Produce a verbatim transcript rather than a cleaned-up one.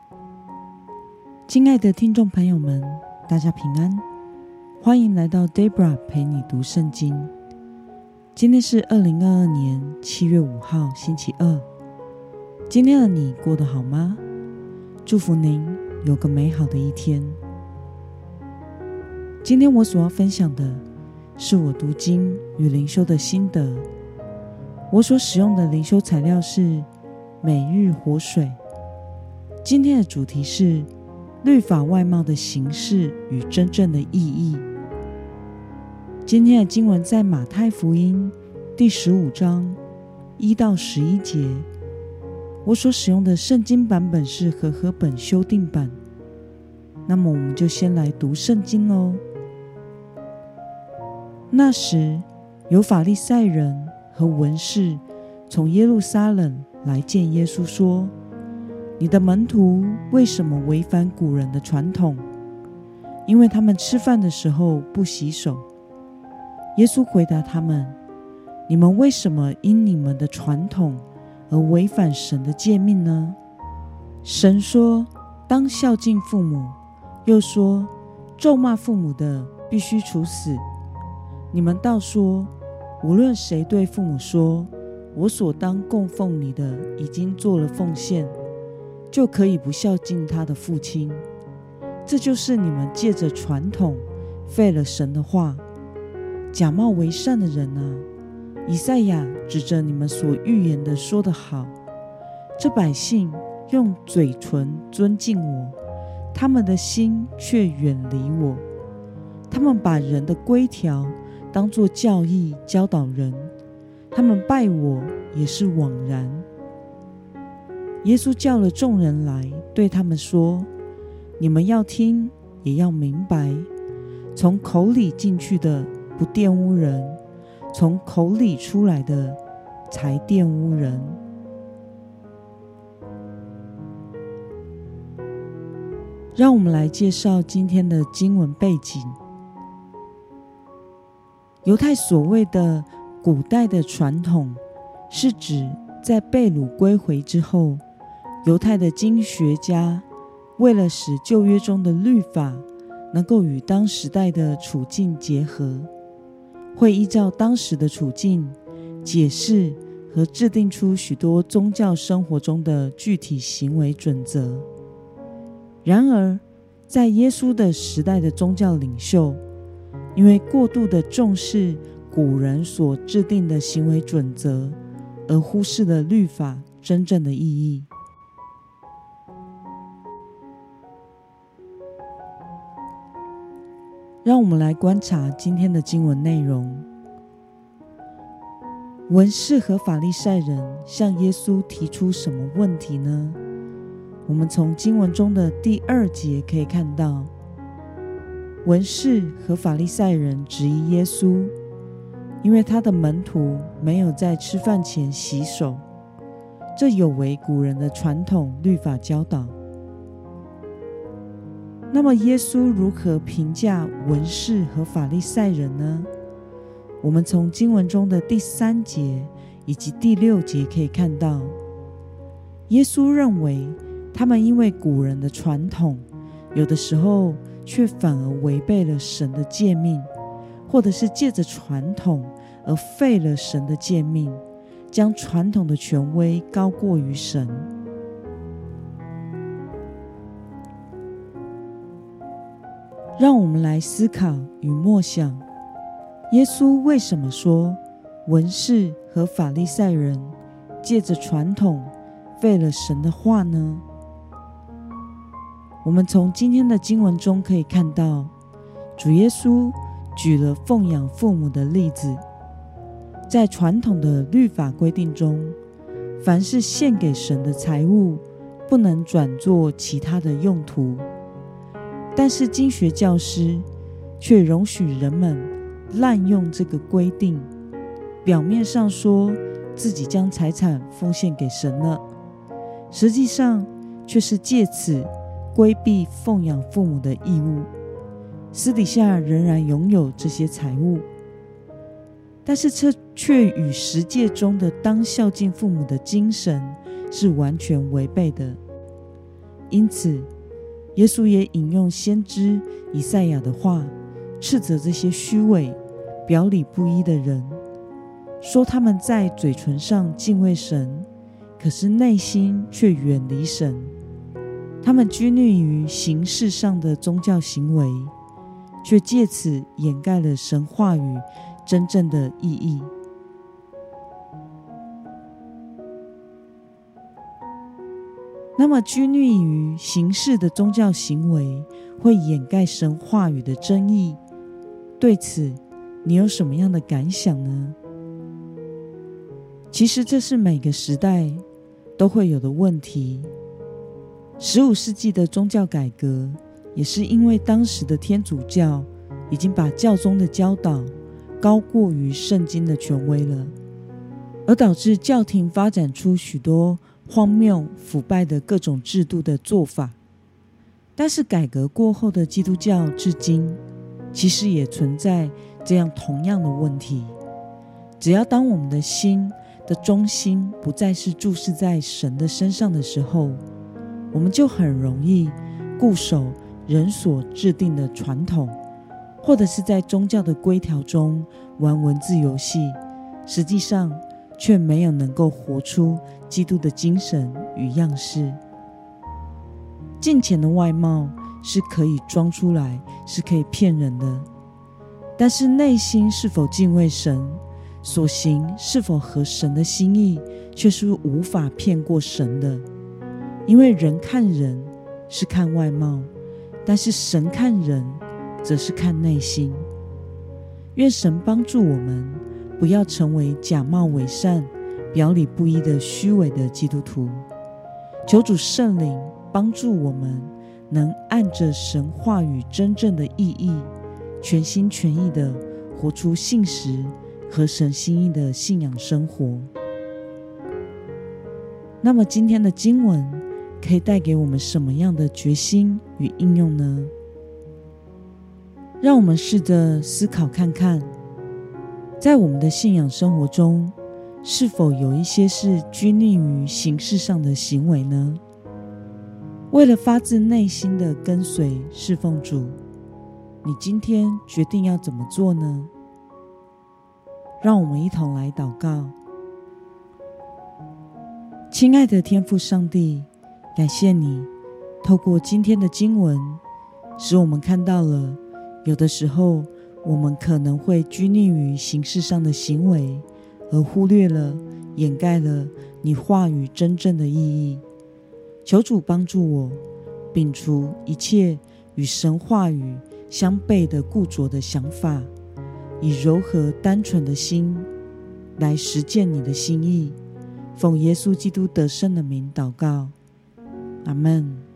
亲爱的听众朋友们，大家平安，欢迎来到 Debra 陪你读圣经。今天是二零二二年七月五号星期二。今天的你过得好吗？祝福您有个美好的一天。今天我所要分享的是我读经与灵修的心得。我所使用的灵修材料是每日活水。今天的主题是律法外貌的形式与真正的意义。今天的经文在马太福音第十五章一到十一节。我所使用的圣经版本是和合本修订版。那么我们就先来读圣经咯。那时有法利赛人和文士从耶路撒冷来见耶稣说，你的门徒为什么违反古人的传统？因为他们吃饭的时候不洗手。耶稣回答他们，你们为什么因你们的传统而违反神的诫命呢？神说当孝敬父母，又说咒骂父母的必须处死。你们倒说，无论谁对父母说，我所当供奉你的已经做了奉献，就可以不孝敬他的父亲。这就是你们借着传统废了神的话。假冒为善的人啊，以赛亚指着你们所预言的说得好，这百姓用嘴唇尊敬我，他们的心却远离我。他们把人的规条当作教义教导人，他们拜我也是枉然。耶稣叫了众人来，对他们说，你们要听也要明白，从口里进去的不玷污人，从口里出来的才玷污人。让我们来介绍今天的经文背景。犹太所谓的古代的传统，是指在被掳归回之后，犹太的经学家为了使旧约中的律法能够与当时代的处境结合，会依照当时的处境解释和制定出许多宗教生活中的具体行为准则。然而，在耶稣的时代的宗教领袖，因为过度的重视古人所制定的行为准则，而忽视了律法真正的意义。让我们来观察今天的经文内容。文士和法利赛人向耶稣提出什么问题呢？我们从经文中的第二节可以看到，文士和法利赛人质疑耶稣，因为他的门徒没有在吃饭前洗手，这有违古人的传统律法教导。那么耶稣如何评价文士和法利赛人呢？我们从经文中的第三节以及第六节可以看到，耶稣认为他们因为古人的传统，有的时候却反而违背了神的诫命，或者是借着传统而废了神的诫命，将传统的权威高过于神。让我们来思考与默想，耶稣为什么说文士和法利赛人借着传统废了神的话呢？我们从今天的经文中可以看到，主耶稣举了奉养父母的例子。在传统的律法规定中，凡是献给神的财物，不能转作其他的用途。但是经学教师却容许人们滥用这个规定，表面上说自己将财产奉献给神了，实际上却是借此规避奉养父母的义务，私底下仍然拥有这些财物。但是这却与十诫中的当孝敬父母的精神是完全违背的。 因此耶稣也引用先知以赛亚的话，斥责这些虚伪表里不一的人，说他们在嘴唇上敬畏神，可是内心却远离神。他们拘泥于形式上的宗教行为，却借此掩盖了神话语真正的意义。那么拘泥于形式的宗教行为会掩盖神话语的真意，对此你有什么样的感想呢？其实这是每个时代都会有的问题。十五世纪的宗教改革也是因为当时的天主教已经把教宗的教导高过于圣经的权威了，而导致教廷发展出许多荒谬腐败的各种制度的做法。但是改革过后的基督教至今其实也存在这样同样的问题。只要当我们的心的中心不再是注视在神的身上的时候，我们就很容易固守人所制定的传统，或者是在宗教的规条中玩文字游戏，实际上却没有能够活出基督的精神与样式。敬虔的外貌是可以装出来，是可以骗人的，但是内心是否敬畏神，所行是否合神的心意，却是无法骗过神的。因为人看人是看外貌，但是神看人则是看内心。愿神帮助我们不要成为假冒伪善、表里不一的虚伪的基督徒。求主圣灵帮助我们能按着神话语真正的意义，全心全意地活出信实和神心意的信仰生活。那么今天的经文可以带给我们什么样的决心与应用呢？让我们试着思考看看，在我们的信仰生活中，是否有一些是拘泥于形式上的行为呢？为了发自内心的跟随侍奉主，你今天决定要怎么做呢？让我们一同来祷告。亲爱的天父上帝，感谢你透过今天的经文，使我们看到了有的时候我们可能会拘泥于形式上的行为，而忽略了掩盖了你话语真正的意义。求主帮助我摒除一切与神话语相悖的固着的想法，以柔和单纯的心来实践你的心意。奉耶稣基督得胜的名祷告，阿们。